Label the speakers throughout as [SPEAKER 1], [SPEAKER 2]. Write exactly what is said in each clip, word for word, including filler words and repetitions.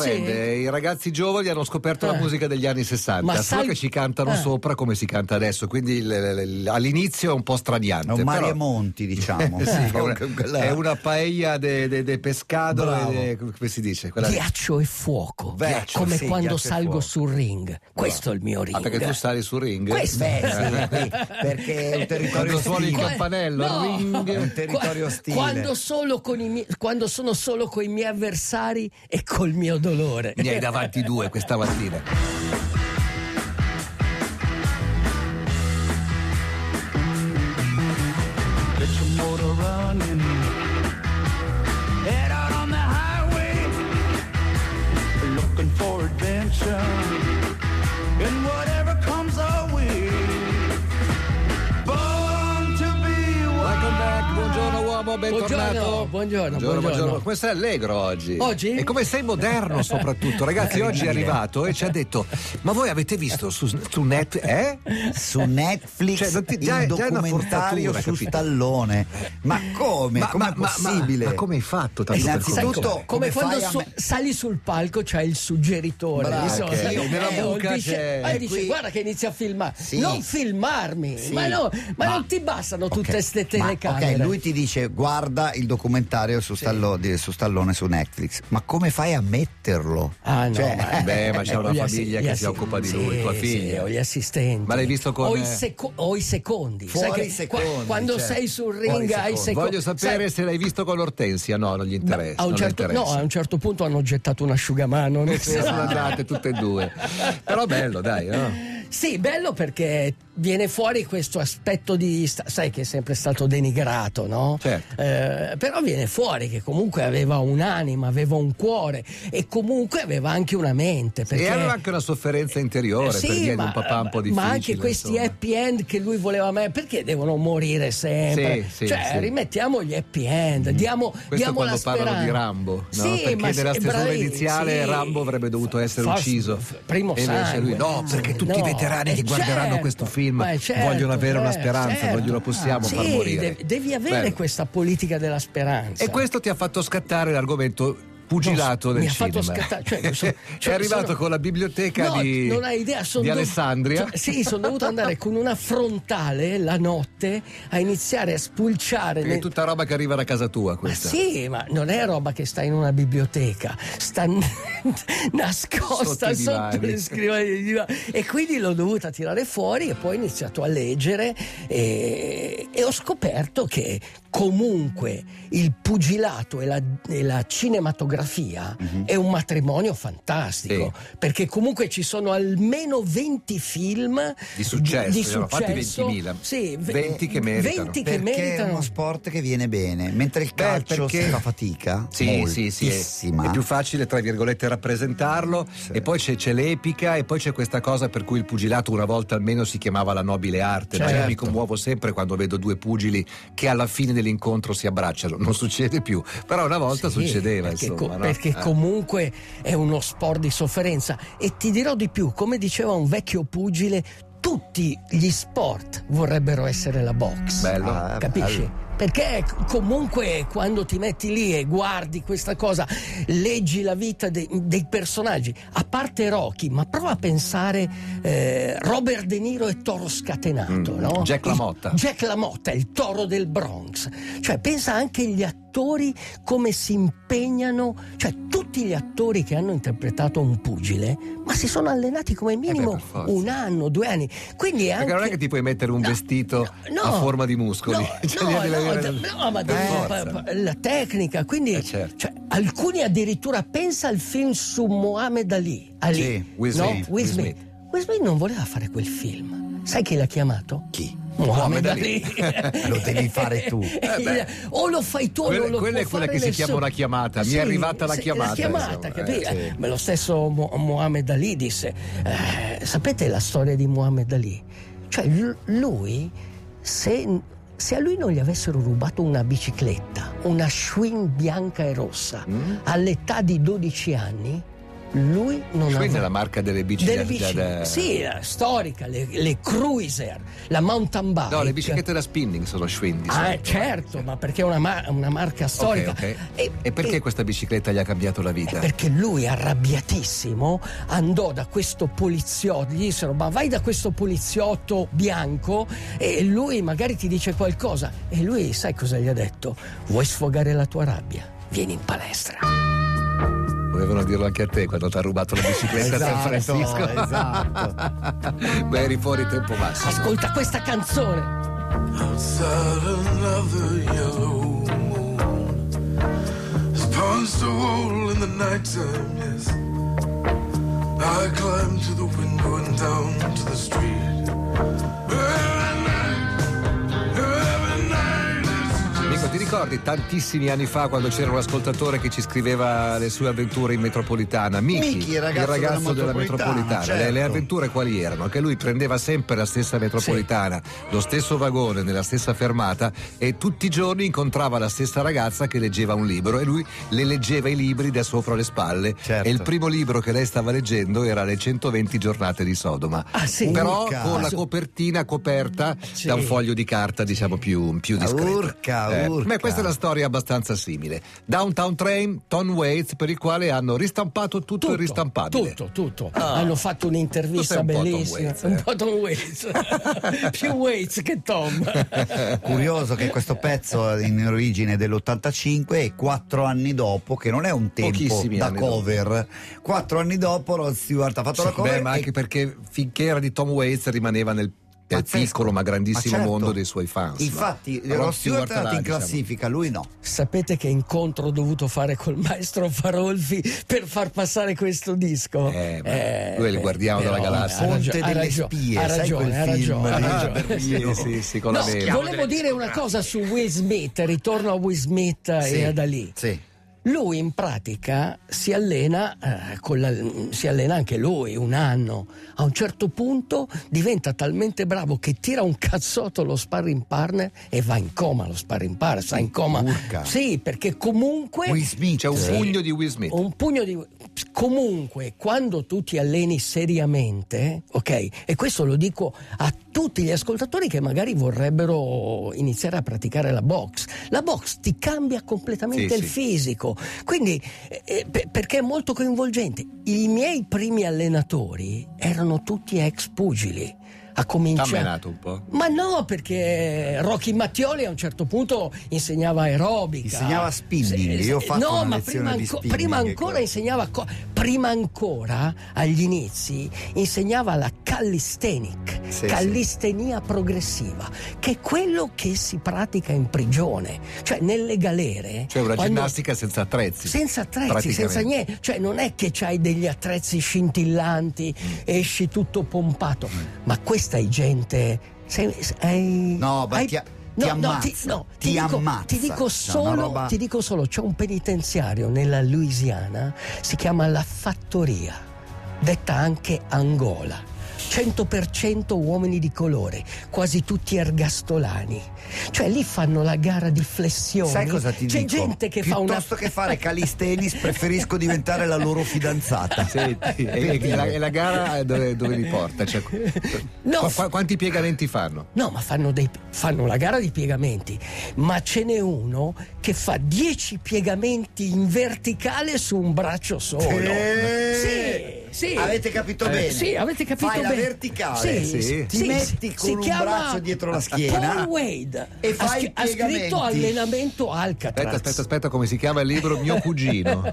[SPEAKER 1] trend.
[SPEAKER 2] Sì.
[SPEAKER 1] I ragazzi giovani hanno scoperto
[SPEAKER 2] Ah.
[SPEAKER 1] la musica degli anni sessanta,
[SPEAKER 2] Ma
[SPEAKER 1] solo
[SPEAKER 2] sai-
[SPEAKER 1] che ci cantano
[SPEAKER 2] Ah.
[SPEAKER 1] sopra come si canta adesso, quindi l- l- l- all'inizio è un po' straniante.
[SPEAKER 3] È un Mario
[SPEAKER 1] però-
[SPEAKER 3] Monti, diciamo.
[SPEAKER 1] Sì, è, una,
[SPEAKER 3] Quella-
[SPEAKER 1] è una paella de, de, de pescado
[SPEAKER 3] Bravo.
[SPEAKER 1] e de- come si dice? Quella-
[SPEAKER 2] Ghiaccio e fuoco,
[SPEAKER 3] Ghiaccio,
[SPEAKER 2] come
[SPEAKER 3] sì,
[SPEAKER 2] quando
[SPEAKER 3] ghiaccio e
[SPEAKER 2] salgo
[SPEAKER 3] fuoco.
[SPEAKER 2] sul ring. Questo è il mio ring.
[SPEAKER 1] Ah, perché tu sali sul ring?
[SPEAKER 2] Questo
[SPEAKER 3] Beh, sì, qui, perché è un territorio
[SPEAKER 1] Quando suoni il
[SPEAKER 3] ostile.
[SPEAKER 1] campanello,
[SPEAKER 2] No.
[SPEAKER 1] ring.
[SPEAKER 3] È un territorio
[SPEAKER 2] Qua-
[SPEAKER 3] ostile.
[SPEAKER 2] Quando, solo con i miei- quando sono solo con i miei avversari e col mio dolore.
[SPEAKER 1] Ne hai davanti due questa mattina.
[SPEAKER 4] Get your motor running. Head out on the highway, looking for adventure. And whatever comes our way, born to be wild.
[SPEAKER 1] Welcome back, buongiorno uomo, bentornato.
[SPEAKER 2] Buongiorno, buongiorno,
[SPEAKER 1] buongiorno,
[SPEAKER 2] buongiorno.
[SPEAKER 1] Come sei allegro oggi?
[SPEAKER 2] Oggi?
[SPEAKER 1] E come sei moderno soprattutto. Ragazzi, oggi è arrivato e ci ha detto: ma voi avete visto su, su net, eh?
[SPEAKER 3] Su Netflix
[SPEAKER 1] Cioè, non ti- già-
[SPEAKER 3] il
[SPEAKER 1] già è una
[SPEAKER 3] documentario
[SPEAKER 1] forzatura,
[SPEAKER 3] su
[SPEAKER 1] capito?
[SPEAKER 3] Stallone. Ma come?
[SPEAKER 1] Ma-
[SPEAKER 3] Com'è
[SPEAKER 1] ma- ma-
[SPEAKER 3] possibile?
[SPEAKER 1] Ma, ma come hai fatto tanto per
[SPEAKER 3] Innanzitutto,
[SPEAKER 1] cominciare?
[SPEAKER 2] Come,
[SPEAKER 3] come
[SPEAKER 2] quando
[SPEAKER 3] fai a
[SPEAKER 2] su-
[SPEAKER 3] me-
[SPEAKER 2] sali sul palco c'è il suggeritore.
[SPEAKER 3] Bravo,
[SPEAKER 2] insomma.
[SPEAKER 1] che
[SPEAKER 2] Eh,
[SPEAKER 1] nella
[SPEAKER 2] eh,
[SPEAKER 1] buca
[SPEAKER 2] dice,
[SPEAKER 1] c'è-
[SPEAKER 2] eh, dice,
[SPEAKER 3] qui-
[SPEAKER 2] guarda che inizia a filmare.
[SPEAKER 3] Sì.
[SPEAKER 2] Non filmarmi,
[SPEAKER 3] Sì.
[SPEAKER 2] ma, no, ma,
[SPEAKER 3] Ma-
[SPEAKER 2] non ti bastano tutte
[SPEAKER 3] Ok,
[SPEAKER 2] queste
[SPEAKER 3] ma-
[SPEAKER 2] telecamere.
[SPEAKER 3] ok, lui ti dice guarda il documentario su, Stallo- di- su Stallone su Netflix, ma come fai a metterlo?
[SPEAKER 2] Ah no,
[SPEAKER 3] Cioè,
[SPEAKER 2] ma,
[SPEAKER 1] beh, ma c'è
[SPEAKER 2] eh,
[SPEAKER 1] una
[SPEAKER 2] ho gli assi-
[SPEAKER 1] famiglia
[SPEAKER 2] gli
[SPEAKER 1] che
[SPEAKER 2] assi-
[SPEAKER 1] si occupa di
[SPEAKER 2] sì,
[SPEAKER 1] lui, tua
[SPEAKER 2] sì,
[SPEAKER 1] figlia.
[SPEAKER 2] ho gli assistenti.
[SPEAKER 1] Ma l'hai visto con-
[SPEAKER 2] Ho i, seco- ho i secondi.
[SPEAKER 3] Fuori
[SPEAKER 2] Sai che
[SPEAKER 3] i secondi,
[SPEAKER 2] qua- quando
[SPEAKER 3] certo.
[SPEAKER 2] sei sul
[SPEAKER 3] Fuori
[SPEAKER 2] ring
[SPEAKER 3] i
[SPEAKER 2] hai i
[SPEAKER 3] secondi.
[SPEAKER 2] secondi.
[SPEAKER 1] Voglio sapere
[SPEAKER 2] Sai-
[SPEAKER 1] se l'hai visto con l'Ortensia. No, non gli interessa.
[SPEAKER 2] a un
[SPEAKER 1] non
[SPEAKER 2] certo,
[SPEAKER 1] le interessa.
[SPEAKER 2] no, a un certo punto hanno gettato un asciugamano. nel
[SPEAKER 1] Se ne sono
[SPEAKER 2] senso-
[SPEAKER 1] andate tutte e due. Però bello, dai, no?
[SPEAKER 2] Sì, bello perché viene fuori questo aspetto di, sai che è sempre stato denigrato, no?
[SPEAKER 1] Certo.
[SPEAKER 2] Eh, però viene fuori che comunque aveva un'anima, aveva un cuore e comunque aveva anche una mente. Perché...
[SPEAKER 1] E aveva anche una sofferenza interiore
[SPEAKER 2] Sì,
[SPEAKER 1] per via di
[SPEAKER 2] ma,
[SPEAKER 1] un papà un po' difficile.
[SPEAKER 2] ma anche questi
[SPEAKER 1] insomma.
[SPEAKER 2] happy end che lui voleva me, perché devono morire sempre?
[SPEAKER 1] Sì, sì,
[SPEAKER 2] cioè,
[SPEAKER 1] sì.
[SPEAKER 2] rimettiamo gli happy end, diamo,
[SPEAKER 1] Questo
[SPEAKER 2] diamo
[SPEAKER 1] quando
[SPEAKER 2] la
[SPEAKER 1] parlano
[SPEAKER 2] speranza.
[SPEAKER 1] di Rambo, no?
[SPEAKER 2] Sì,
[SPEAKER 1] Perché
[SPEAKER 2] ma
[SPEAKER 1] nella
[SPEAKER 2] sì,
[SPEAKER 1] stesura
[SPEAKER 2] bravi,
[SPEAKER 1] iniziale
[SPEAKER 2] sì.
[SPEAKER 1] Rambo avrebbe dovuto essere
[SPEAKER 2] Fa-
[SPEAKER 1] ucciso.
[SPEAKER 2] primo
[SPEAKER 1] E invece
[SPEAKER 2] sangue.
[SPEAKER 1] lui no, perché tutti
[SPEAKER 2] No,
[SPEAKER 1] i veterani che
[SPEAKER 2] eh,
[SPEAKER 1] guarderanno
[SPEAKER 2] certo,
[SPEAKER 1] questo film
[SPEAKER 2] ma certo,
[SPEAKER 1] vogliono avere una
[SPEAKER 2] certo,
[SPEAKER 1] speranza,
[SPEAKER 2] certo.
[SPEAKER 1] non glielo possiamo
[SPEAKER 2] Sì,
[SPEAKER 1] far morire.
[SPEAKER 2] devi, devi avere
[SPEAKER 1] Bello.
[SPEAKER 2] questa politica della speranza.
[SPEAKER 1] E questo ti ha fatto scattare l'argomento pugilato
[SPEAKER 2] No,
[SPEAKER 1] del
[SPEAKER 2] mi ha fatto
[SPEAKER 1] cinema.
[SPEAKER 2] scattare, cioè, non so- cioè,
[SPEAKER 1] è arrivato
[SPEAKER 2] sono-
[SPEAKER 1] con la biblioteca
[SPEAKER 2] No,
[SPEAKER 1] di,
[SPEAKER 2] non hai idea, son
[SPEAKER 1] di
[SPEAKER 2] dov-
[SPEAKER 1] Alessandria.
[SPEAKER 2] cioè, sì, sono dovuto andare con una frontale la notte a iniziare a spulciare.
[SPEAKER 1] È
[SPEAKER 2] nel-
[SPEAKER 1] tutta roba che arriva da casa tua
[SPEAKER 2] Ma
[SPEAKER 1] questa.
[SPEAKER 2] sì, ma non è roba che sta in una biblioteca, sta n- nascosta
[SPEAKER 1] Sotto i
[SPEAKER 2] sotto,
[SPEAKER 1] divani.
[SPEAKER 2] le scrivanie di divano. E quindi l'ho dovuta tirare fuori e poi ho iniziato a leggere e, e ho scoperto che comunque il pugilato e la, e la cinematografia è un matrimonio fantastico, perché comunque ci sono almeno venti film
[SPEAKER 1] Di successo,
[SPEAKER 2] di
[SPEAKER 1] ne hanno fatti
[SPEAKER 2] successo.
[SPEAKER 1] ventimila.
[SPEAKER 2] Sì, ve-
[SPEAKER 1] venti che meritano.
[SPEAKER 2] venti che
[SPEAKER 3] perché è
[SPEAKER 2] meritano.
[SPEAKER 3] uno sport che viene bene, mentre il
[SPEAKER 1] Beh,
[SPEAKER 3] calcio
[SPEAKER 1] perché-
[SPEAKER 3] si fa fatica.
[SPEAKER 1] Sì, sì, sì, è,
[SPEAKER 3] moltissima.
[SPEAKER 1] è più facile tra virgolette rappresentarlo e poi c'è, c'è l'epica e poi c'è questa cosa per cui il pugilato una volta almeno si chiamava la nobile arte. No?
[SPEAKER 2] Certo.
[SPEAKER 1] Io mi commuovo sempre quando vedo due pugili che alla fine dell'incontro si abbracciano, non succede più, però una volta
[SPEAKER 2] Sì,
[SPEAKER 1] succedeva
[SPEAKER 2] perché,
[SPEAKER 1] insomma,
[SPEAKER 2] co-
[SPEAKER 1] no?
[SPEAKER 2] perché
[SPEAKER 1] Eh.
[SPEAKER 2] comunque è uno sport di sofferenza e ti dirò di più, come diceva un vecchio pugile, tutti gli sport vorrebbero essere la box.
[SPEAKER 1] Bello.
[SPEAKER 3] Ah,
[SPEAKER 2] Capisci?
[SPEAKER 3] bello.
[SPEAKER 2] Perché comunque quando ti metti lì e guardi questa cosa, leggi la vita dei, dei personaggi, a parte Rocky, ma prova a pensare eh, Robert De Niro e Toro Scatenato,
[SPEAKER 1] Mm,
[SPEAKER 2] no?
[SPEAKER 1] Jack
[SPEAKER 2] Il-
[SPEAKER 1] LaMotta.
[SPEAKER 2] Jack LaMotta, il toro del Bronx. Cioè pensa anche agli attori come si impegnano, cioè tutti gli attori che hanno interpretato un pugile, ma si sono allenati come minimo
[SPEAKER 1] per forza.
[SPEAKER 2] un anno, due anni. Quindi è
[SPEAKER 1] Perché
[SPEAKER 2] anche
[SPEAKER 1] non è che ti puoi mettere un
[SPEAKER 2] No,
[SPEAKER 1] vestito
[SPEAKER 2] no,
[SPEAKER 1] a forma di muscoli.
[SPEAKER 2] No,
[SPEAKER 1] Cioè,
[SPEAKER 2] no,
[SPEAKER 1] devi
[SPEAKER 2] no,
[SPEAKER 1] avere-
[SPEAKER 2] d- no, ma
[SPEAKER 1] per
[SPEAKER 2] devi-
[SPEAKER 1] forza.
[SPEAKER 2] pa- pa- la tecnica, quindi
[SPEAKER 1] Eh, certo.
[SPEAKER 2] cioè, alcuni addirittura pensa al film su Muhammad Ali, Ali
[SPEAKER 3] Sì,
[SPEAKER 1] Will
[SPEAKER 2] no?
[SPEAKER 1] Smith,
[SPEAKER 2] Will
[SPEAKER 1] Will
[SPEAKER 2] Smith. Will Smith non voleva fare quel film. Sai chi l'ha chiamato?
[SPEAKER 3] Chi?
[SPEAKER 2] Muhammad
[SPEAKER 1] Muhammad
[SPEAKER 2] Ali.
[SPEAKER 3] Lo devi fare tu.
[SPEAKER 1] Eh beh.
[SPEAKER 2] O lo fai tu o
[SPEAKER 1] Quella-
[SPEAKER 2] non lo
[SPEAKER 1] quella
[SPEAKER 2] può
[SPEAKER 1] è quella
[SPEAKER 2] fare
[SPEAKER 1] che si chiama
[SPEAKER 2] nessuno.
[SPEAKER 1] una chiamata. Mi è
[SPEAKER 2] Sì,
[SPEAKER 1] arrivata la
[SPEAKER 2] sì,
[SPEAKER 1] chiamata,
[SPEAKER 2] La chiamata,
[SPEAKER 1] insomma.
[SPEAKER 2] capito?
[SPEAKER 1] Eh, sì.
[SPEAKER 2] Ma lo stesso Mu- Muhammad Ali disse, eh, sapete la storia di Muhammad Ali? Cioè l- lui, se, se a lui non gli avessero rubato una bicicletta, una Schwinn bianca e rossa,
[SPEAKER 1] Mm.
[SPEAKER 2] all'età di dodici anni, Lui non
[SPEAKER 1] Schwinn
[SPEAKER 2] aveva
[SPEAKER 1] è la marca delle bici,
[SPEAKER 2] delle
[SPEAKER 1] da-
[SPEAKER 2] bici,
[SPEAKER 1] da-
[SPEAKER 2] sì, la storica, le, le cruiser, la mountain bike.
[SPEAKER 1] No, le biciclette da spinning sono Schwinn di
[SPEAKER 2] Ah,
[SPEAKER 1] solito.
[SPEAKER 2] certo, ma perché è una, ma- una marca storica.
[SPEAKER 1] Ok, ok.
[SPEAKER 2] E,
[SPEAKER 1] E perché
[SPEAKER 2] e-
[SPEAKER 1] questa bicicletta gli ha cambiato la vita?
[SPEAKER 2] Perché lui, arrabbiatissimo, andò da questo poliziotto, gli dissero: ma vai da questo poliziotto bianco e lui magari ti dice qualcosa. E lui, sai cosa gli ha detto? Vuoi sfogare la tua rabbia? Vieni in palestra.
[SPEAKER 1] Dovevano dirlo anche a te quando ti ha rubato la bicicletta a San
[SPEAKER 3] Esatto,
[SPEAKER 1] Francisco.
[SPEAKER 3] esatto.
[SPEAKER 1] Beh, eri fuori tempo massimo.
[SPEAKER 2] Ascolta questa canzone.
[SPEAKER 5] Outside another yellow moon has punched a hole in the nighttime, yes. I climbed to the window and down to the street. Every night, every night is just
[SPEAKER 1] Nico, ti ricordi tantissimi anni fa quando c'era un ascoltatore che ci scriveva le sue avventure in metropolitana? Miki,
[SPEAKER 3] Miki, il ragazzo della
[SPEAKER 1] della
[SPEAKER 3] metropolitana,
[SPEAKER 1] metropolitana. Le,
[SPEAKER 3] certo.
[SPEAKER 1] le avventure quali erano? Che lui prendeva sempre la stessa metropolitana, lo stesso vagone nella stessa fermata e tutti i giorni incontrava la stessa ragazza che leggeva un libro e lui le leggeva i libri da sopra le spalle.
[SPEAKER 3] Certo.
[SPEAKER 1] E il primo libro che lei stava leggendo era Le centoventi giornate di Sodoma.
[SPEAKER 2] Ah, sì?
[SPEAKER 1] Però
[SPEAKER 3] Urca.
[SPEAKER 1] con la copertina coperta
[SPEAKER 2] Sì.
[SPEAKER 1] da un foglio di carta, diciamo, più, più discreto.
[SPEAKER 3] Urca,
[SPEAKER 1] Eh,
[SPEAKER 3] urca.
[SPEAKER 1] beh, questa è una storia abbastanza simile. Downtown Train, Tom Waits, per il quale hanno ristampato tutto, il ristampabile.
[SPEAKER 2] Tutto, tutto. Hanno fatto un'intervista
[SPEAKER 1] Tu sei un po' Tom
[SPEAKER 2] bellissima.
[SPEAKER 1] Waits, eh.
[SPEAKER 2] Un po' Tom Waits. Più Waits che Tom.
[SPEAKER 3] Curioso che questo pezzo è in origine dell'ottantacinque e quattro anni dopo, che non è un tempo
[SPEAKER 1] Pochissimi
[SPEAKER 3] da
[SPEAKER 1] anni
[SPEAKER 3] cover, quattro anni dopo Rod Stewart ha fatto la cover.
[SPEAKER 1] Beh, ma
[SPEAKER 3] e-
[SPEAKER 1] anche perché finché era di Tom Waits rimaneva nel, nel
[SPEAKER 3] Pazzesco.
[SPEAKER 1] piccolo ma grandissimo
[SPEAKER 3] Ma certo.
[SPEAKER 1] mondo dei suoi fans.
[SPEAKER 3] Infatti
[SPEAKER 1] no?
[SPEAKER 3] Rod Stewart è
[SPEAKER 1] era,
[SPEAKER 3] andato in
[SPEAKER 1] diciamo,
[SPEAKER 3] classifica, lui no.
[SPEAKER 2] Sapete che incontro ho dovuto fare col maestro Farolfi per far passare questo disco?
[SPEAKER 1] Eh, beh, lui è il guardiano
[SPEAKER 2] però,
[SPEAKER 1] della galassia.
[SPEAKER 2] ha
[SPEAKER 3] Ponte
[SPEAKER 2] ragio- ha
[SPEAKER 3] delle
[SPEAKER 2] ragio-
[SPEAKER 3] spie,
[SPEAKER 2] ha
[SPEAKER 3] sai
[SPEAKER 2] ragione,
[SPEAKER 3] quel
[SPEAKER 2] ha
[SPEAKER 3] film
[SPEAKER 2] ragione, ha
[SPEAKER 3] di
[SPEAKER 2] ragione.
[SPEAKER 3] Berlino?
[SPEAKER 1] Sì, sì, sì, con
[SPEAKER 2] No,
[SPEAKER 1] la neve.
[SPEAKER 2] volevo dire una cosa su Will Smith, ritorno a Will Smith
[SPEAKER 3] Sì,
[SPEAKER 2] e ad Ali.
[SPEAKER 3] sì.
[SPEAKER 2] Lui in pratica si allena, eh, con la- si allena anche lui un anno. A un certo punto diventa talmente bravo che tira un cazzotto allo sparring partner e va in coma lo sparring partner, sta in coma.
[SPEAKER 3] Urca.
[SPEAKER 2] Sì, perché comunque
[SPEAKER 3] Will Smith.
[SPEAKER 1] C'è un
[SPEAKER 3] Sì.
[SPEAKER 1] pugno di Will Smith.
[SPEAKER 2] un pugno di comunque quando tu ti alleni seriamente, ok? E questo lo dico a tutti gli ascoltatori che magari vorrebbero iniziare a praticare la box. La box ti cambia completamente
[SPEAKER 1] Sì,
[SPEAKER 2] il
[SPEAKER 1] sì.
[SPEAKER 2] fisico. Quindi eh, pe- perché è molto coinvolgente. I miei primi allenatori erano tutti ex pugili. A
[SPEAKER 1] T'ha
[SPEAKER 2] cominciare
[SPEAKER 1] menato un po'?
[SPEAKER 2] ma no, perché Rocky Mattioli a un certo punto insegnava aerobica.
[SPEAKER 3] Insegnava spinning, io ho fatto
[SPEAKER 2] no,
[SPEAKER 3] una
[SPEAKER 2] ma
[SPEAKER 3] lezione
[SPEAKER 2] prima,
[SPEAKER 3] di
[SPEAKER 2] anco-
[SPEAKER 3] spinning,
[SPEAKER 2] prima ancora
[SPEAKER 3] ecco.
[SPEAKER 2] insegnava co- prima ancora agli inizi insegnava la calisthenic,
[SPEAKER 3] Sì,
[SPEAKER 2] calistenia progressiva, che è quello che si pratica in prigione, cioè nelle galere.
[SPEAKER 1] Cioè una
[SPEAKER 2] quando-
[SPEAKER 1] ginnastica senza attrezzi.
[SPEAKER 2] senza attrezzi,
[SPEAKER 1] praticamente.
[SPEAKER 2] senza niente, cioè non è che c'hai degli attrezzi scintillanti, esci tutto pompato, ma questa è gente. Sei, hai,
[SPEAKER 3] No, ma
[SPEAKER 2] hai-
[SPEAKER 3] ti-
[SPEAKER 2] no,
[SPEAKER 3] ti
[SPEAKER 2] no,
[SPEAKER 3] ammazza,
[SPEAKER 2] ti, no,
[SPEAKER 3] ti
[SPEAKER 2] dico,
[SPEAKER 3] ammazza.
[SPEAKER 2] ti dico
[SPEAKER 3] Cioè, una
[SPEAKER 2] solo,
[SPEAKER 3] roba-
[SPEAKER 2] ti dico solo, c'è un penitenziario nella Louisiana, si chiama La Fattoria, detta anche Angola. cento per cento uomini di colore, quasi tutti ergastolani. Cioè lì fanno la gara di flessioni.
[SPEAKER 3] Sai cosa ti
[SPEAKER 2] C'è
[SPEAKER 3] dico?
[SPEAKER 2] gente che fa una
[SPEAKER 3] Piuttosto che fare calistenis preferisco diventare la loro fidanzata.
[SPEAKER 1] Senti, e, e la, e la gara dove, dove li porta? Cioè,
[SPEAKER 2] No,
[SPEAKER 1] qu- qu- quanti piegamenti fanno?
[SPEAKER 2] No, ma fanno, dei, fanno la gara di piegamenti, ma ce n'è uno che fa dieci piegamenti in verticale su un braccio solo.
[SPEAKER 3] Sì.
[SPEAKER 2] Sì, sì.
[SPEAKER 3] Avete capito
[SPEAKER 2] Eh,
[SPEAKER 3] bene?
[SPEAKER 2] Sì, avete capito
[SPEAKER 3] Fai
[SPEAKER 2] bene.
[SPEAKER 3] la verticale,
[SPEAKER 2] Sì,
[SPEAKER 1] sì.
[SPEAKER 3] ti
[SPEAKER 2] sì,
[SPEAKER 3] metti
[SPEAKER 2] sì.
[SPEAKER 3] con
[SPEAKER 2] Si
[SPEAKER 3] un
[SPEAKER 2] chiama
[SPEAKER 3] braccio dietro la schiena
[SPEAKER 2] Paul Wade
[SPEAKER 3] e
[SPEAKER 2] ha,
[SPEAKER 3] fai
[SPEAKER 2] scri- ha
[SPEAKER 3] piegamenti.
[SPEAKER 2] scritto allenamento Alcatraz.
[SPEAKER 1] Aspetta, aspetta, aspetta, come si chiama il libro? Mio cugino.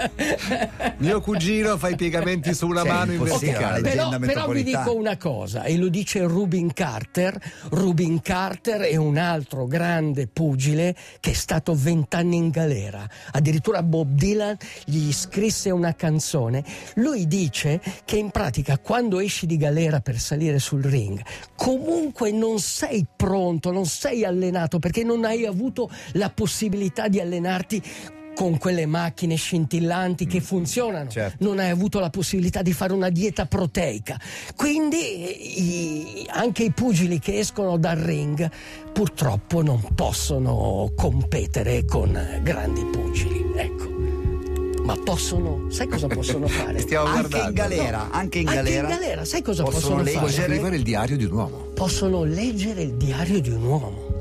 [SPEAKER 1] Mio cugino fa i piegamenti su una
[SPEAKER 3] Cioè,
[SPEAKER 1] mano in
[SPEAKER 3] impossibile.
[SPEAKER 1] verticale.
[SPEAKER 3] Leggenda
[SPEAKER 2] Però, però vi
[SPEAKER 3] metropolitana.
[SPEAKER 2] dico una cosa, e lo dice Rubin Carter. Rubin Carter è un altro grande pugile che è stato vent'anni in galera. Addirittura Bob Dylan gli scrisse una canzone. Lui dice che in pratica quando esci di galera per salire sul ring, comunque non sei pronto, non sei allenato, perché non hai avuto la possibilità di allenarti con quelle macchine scintillanti che funzionano,
[SPEAKER 3] certo.
[SPEAKER 2] non hai avuto la possibilità di fare una dieta proteica, quindi i- anche i pugili che escono dal ring purtroppo non possono competere con grandi pugili, ecco. ma possono, sai cosa possono fare?
[SPEAKER 1] Stiamo
[SPEAKER 3] Anche
[SPEAKER 1] guardando.
[SPEAKER 3] in galera, anche in
[SPEAKER 2] Anche
[SPEAKER 3] galera.
[SPEAKER 2] in galera, sai cosa
[SPEAKER 3] possono
[SPEAKER 2] possono,
[SPEAKER 3] leggere-
[SPEAKER 2] fare?
[SPEAKER 1] Scrivere il diario di un uomo.
[SPEAKER 2] Possono leggere il diario di un uomo.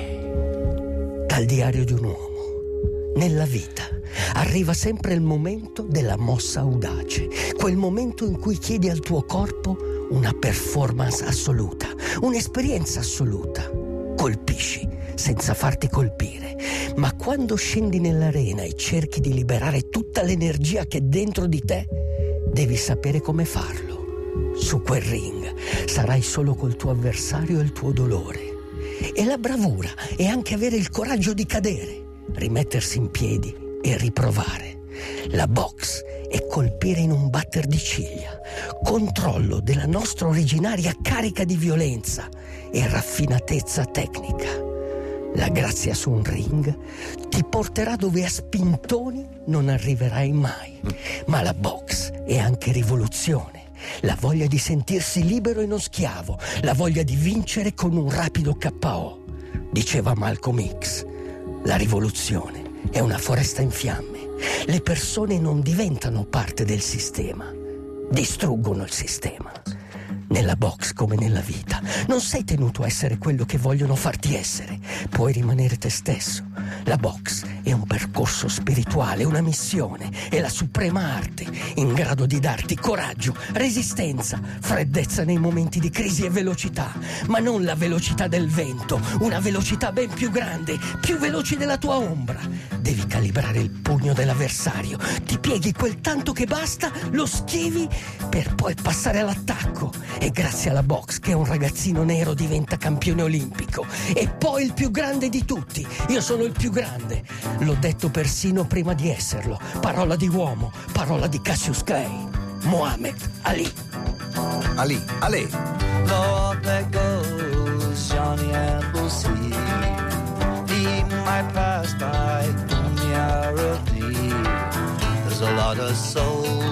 [SPEAKER 2] Dal diario di un uomo. Nella vita arriva sempre il momento della mossa audace, quel momento in cui chiedi al tuo corpo una performance assoluta, un'esperienza assoluta. Colpisci senza farti colpire, ma quando scendi nell'arena e cerchi di liberare tutta l'energia che è dentro di te, devi sapere come farlo. Su quel ring sarai solo col tuo avversario e il tuo dolore. E la bravura è anche avere il coraggio di cadere, rimettersi in piedi e riprovare. La box è colpire in un batter di ciglia, controllo della nostra originaria carica di violenza e raffinatezza tecnica. La grazia su un ring ti porterà dove a spintoni non arriverai mai. Ma la box è anche rivoluzione, la voglia di sentirsi libero e non schiavo, la voglia di vincere con un rapido K O. Diceva Malcolm X, la rivoluzione è una foresta in fiamme. Le persone non diventano parte del sistema, distruggono il sistema. Nella box come nella vita non sei tenuto a essere quello che vogliono farti essere, puoi rimanere te stesso. La box è un percorso spirituale, una missione, è la suprema arte in grado di darti coraggio, resistenza, freddezza nei momenti di crisi e velocità, ma non la velocità del vento, una velocità ben più grande, più veloce della tua ombra. Devi calibrare il pugno dell'avversario, ti pieghi quel tanto che basta, lo schivi per poi passare all'attacco. E grazie alla box che un ragazzino nero diventa campione olimpico e poi il più grande di tutti. Io sono il più grande, l'ho detto persino prima di esserlo. Parola di uomo, parola di Cassius Clay, Muhammad Ali.
[SPEAKER 1] Ali, Ali.
[SPEAKER 6] Lord, there goes Johnny Appleseed. He might pass by on the hour of need. There's a lot of soul.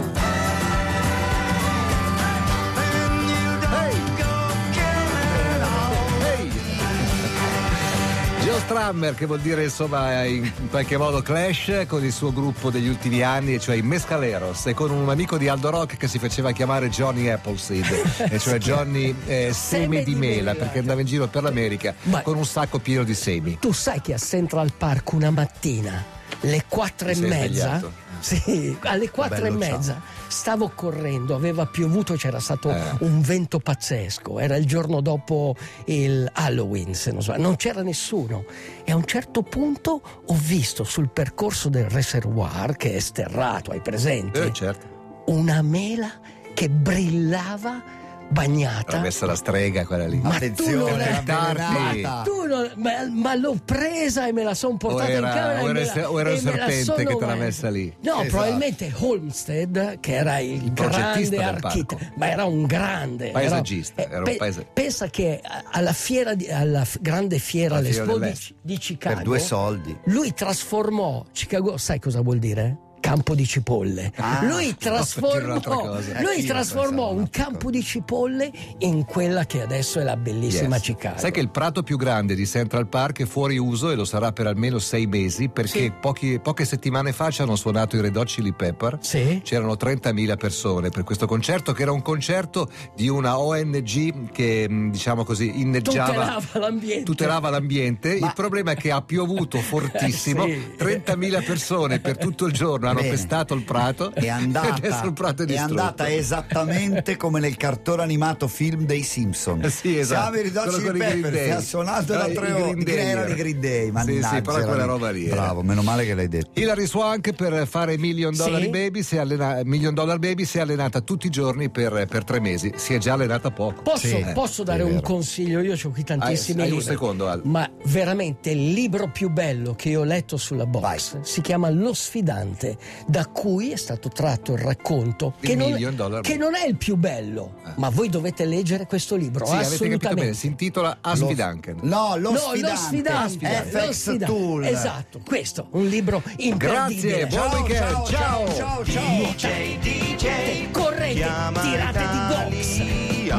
[SPEAKER 1] Joe Strummer, che vuol dire insomma in qualche modo Clash, con il suo gruppo degli ultimi anni, cioè i Mescaleros, e con un amico di Aldo Rock che si faceva chiamare Johnny Appleseed, e cioè Johnny eh, seme di mela, perché andava in giro per l'America
[SPEAKER 2] Ma-
[SPEAKER 1] con un sacco pieno di semi.
[SPEAKER 2] Tu sai che a Central Park una mattina, alle quattro e
[SPEAKER 1] Ti sei
[SPEAKER 2] mezza,
[SPEAKER 1] svegliato?
[SPEAKER 2] sì, alle quattro e
[SPEAKER 3] bello,
[SPEAKER 2] mezza stavo correndo, aveva piovuto, c'era stato
[SPEAKER 1] Eh.
[SPEAKER 2] un vento pazzesco, era il giorno dopo il Halloween, se non sbaglio, non c'era nessuno, e a un certo punto ho visto sul percorso del reservoir, che è sterrato, hai presente?
[SPEAKER 1] Eh, certo.
[SPEAKER 2] Una mela che brillava bagnata.
[SPEAKER 1] Ha messa la strega quella lì.
[SPEAKER 2] Ma tu
[SPEAKER 3] Attenzione,
[SPEAKER 2] non
[SPEAKER 3] la
[SPEAKER 2] l'hai-
[SPEAKER 3] avvelenata.
[SPEAKER 2] Tu non- ma, ma l'ho presa e me la sono portata
[SPEAKER 1] O era-
[SPEAKER 2] in camera
[SPEAKER 1] o
[SPEAKER 2] e
[SPEAKER 1] era
[SPEAKER 2] me
[SPEAKER 1] il
[SPEAKER 2] la-
[SPEAKER 1] se- o era
[SPEAKER 2] e
[SPEAKER 1] il
[SPEAKER 2] me la
[SPEAKER 1] serpente
[SPEAKER 2] sono
[SPEAKER 1] che te l'ha
[SPEAKER 2] guardata.
[SPEAKER 1] messa lì.
[SPEAKER 2] No,
[SPEAKER 3] Esatto.
[SPEAKER 2] probabilmente Olmsted, che era il,
[SPEAKER 1] progettista
[SPEAKER 2] grande
[SPEAKER 1] del
[SPEAKER 2] architetto,
[SPEAKER 1] parco.
[SPEAKER 2] ma era un grande
[SPEAKER 1] Paesaggista,
[SPEAKER 2] era,
[SPEAKER 1] era un paese-
[SPEAKER 2] Pensa che alla fiera di- alla f- grande fiera
[SPEAKER 1] La fiera
[SPEAKER 2] all'Expo di,
[SPEAKER 1] dell'Est.
[SPEAKER 2] di Chicago,
[SPEAKER 3] Per due soldi.
[SPEAKER 2] lui trasformò Chicago, sai cosa vuol dire? Campo di cipolle.
[SPEAKER 3] Ah,
[SPEAKER 2] lui
[SPEAKER 1] per dire un'altra
[SPEAKER 2] trasformò,
[SPEAKER 1] cosa.
[SPEAKER 2] lui
[SPEAKER 3] Anch'io
[SPEAKER 2] trasformò
[SPEAKER 3] pensavo
[SPEAKER 2] un
[SPEAKER 3] un'altra
[SPEAKER 2] campo di cipolle in quella che adesso è la bellissima
[SPEAKER 1] Yes.
[SPEAKER 2] Chicago.
[SPEAKER 1] Sai che il prato più grande di Central Park è fuori uso e lo sarà per almeno sei mesi, perché
[SPEAKER 2] Sì.
[SPEAKER 1] pochi- poche settimane fa ci hanno suonato i Red Hot Chili Pepper.
[SPEAKER 2] Sì.
[SPEAKER 1] C'erano trentamila persone per questo concerto, che era un concerto di una O N G che mh, diciamo così inneggiava,
[SPEAKER 2] Tutelava l'ambiente.
[SPEAKER 1] tutelava l'ambiente.
[SPEAKER 3] Ma-
[SPEAKER 1] Il problema è che ha piovuto fortissimo,
[SPEAKER 2] Sì.
[SPEAKER 1] trentamila persone per tutto il giorno hanno
[SPEAKER 3] Bene.
[SPEAKER 1] pestato il prato
[SPEAKER 3] È
[SPEAKER 1] e adesso
[SPEAKER 3] andata,
[SPEAKER 1] il prato è
[SPEAKER 3] è
[SPEAKER 1] distrutto.
[SPEAKER 3] andata esattamente come nel cartone animato film dei Simpson.
[SPEAKER 1] Eh sì, esatto.
[SPEAKER 3] Siamo i Red Hot
[SPEAKER 1] Quello
[SPEAKER 3] Chili
[SPEAKER 1] con i Green
[SPEAKER 3] Peppers,
[SPEAKER 1] Day.
[SPEAKER 3] che ha suonato da
[SPEAKER 1] Ah, i
[SPEAKER 3] tre
[SPEAKER 1] Green
[SPEAKER 3] ore.
[SPEAKER 1] Day
[SPEAKER 3] Erano i
[SPEAKER 1] era.
[SPEAKER 3] Green Day,
[SPEAKER 1] Sì,
[SPEAKER 3] mannaggia.
[SPEAKER 1] sì, però quella
[SPEAKER 3] erano-
[SPEAKER 1] roba lì era.
[SPEAKER 3] Bravo, meno male che l'hai detto.
[SPEAKER 1] Hilary Swank, per fare Million Dollar
[SPEAKER 2] Sì.
[SPEAKER 1] Baby si è allena- Million Dollar Baby si è allenata tutti i giorni per, per tre mesi. Si è già allenata poco.
[SPEAKER 2] Posso,
[SPEAKER 3] Sì,
[SPEAKER 2] posso
[SPEAKER 3] è
[SPEAKER 2] dare un
[SPEAKER 3] vero.
[SPEAKER 2] consiglio? Io ho qui tantissimi
[SPEAKER 1] Hai- hai un
[SPEAKER 2] libri.
[SPEAKER 1] secondo, Al.
[SPEAKER 2] Ma veramente il libro più bello che io ho letto sulla box
[SPEAKER 3] Vai.
[SPEAKER 2] si chiama Lo Sfidante, da cui è stato tratto il racconto
[SPEAKER 1] Il
[SPEAKER 2] che non,
[SPEAKER 1] Million Dollar
[SPEAKER 2] che
[SPEAKER 1] Baby.
[SPEAKER 2] non è il più bello, ma voi dovete leggere questo libro.
[SPEAKER 1] Sì, avete capito
[SPEAKER 2] assolutamente.
[SPEAKER 1] bene, si intitola Asfidanken.
[SPEAKER 3] No, lo
[SPEAKER 2] No,
[SPEAKER 3] sfidante.
[SPEAKER 2] lo sfidante,
[SPEAKER 3] F X
[SPEAKER 2] lo sfidante.
[SPEAKER 3] Tool.
[SPEAKER 2] Esatto, questo, un libro imperdibile.
[SPEAKER 1] Grazie, buon
[SPEAKER 3] Ciao,
[SPEAKER 1] weekend,
[SPEAKER 3] ciao, ciao, ciao, ciao.
[SPEAKER 6] D J, D J,
[SPEAKER 2] Correte,
[SPEAKER 6] chiama
[SPEAKER 2] tirate di box.
[SPEAKER 6] Italia.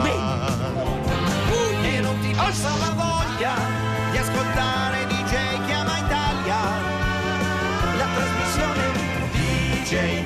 [SPEAKER 2] Bene.
[SPEAKER 6] E non ti passa la voglia di ascoltare D J Chiama Italia, la trasmissione D
[SPEAKER 4] Jane.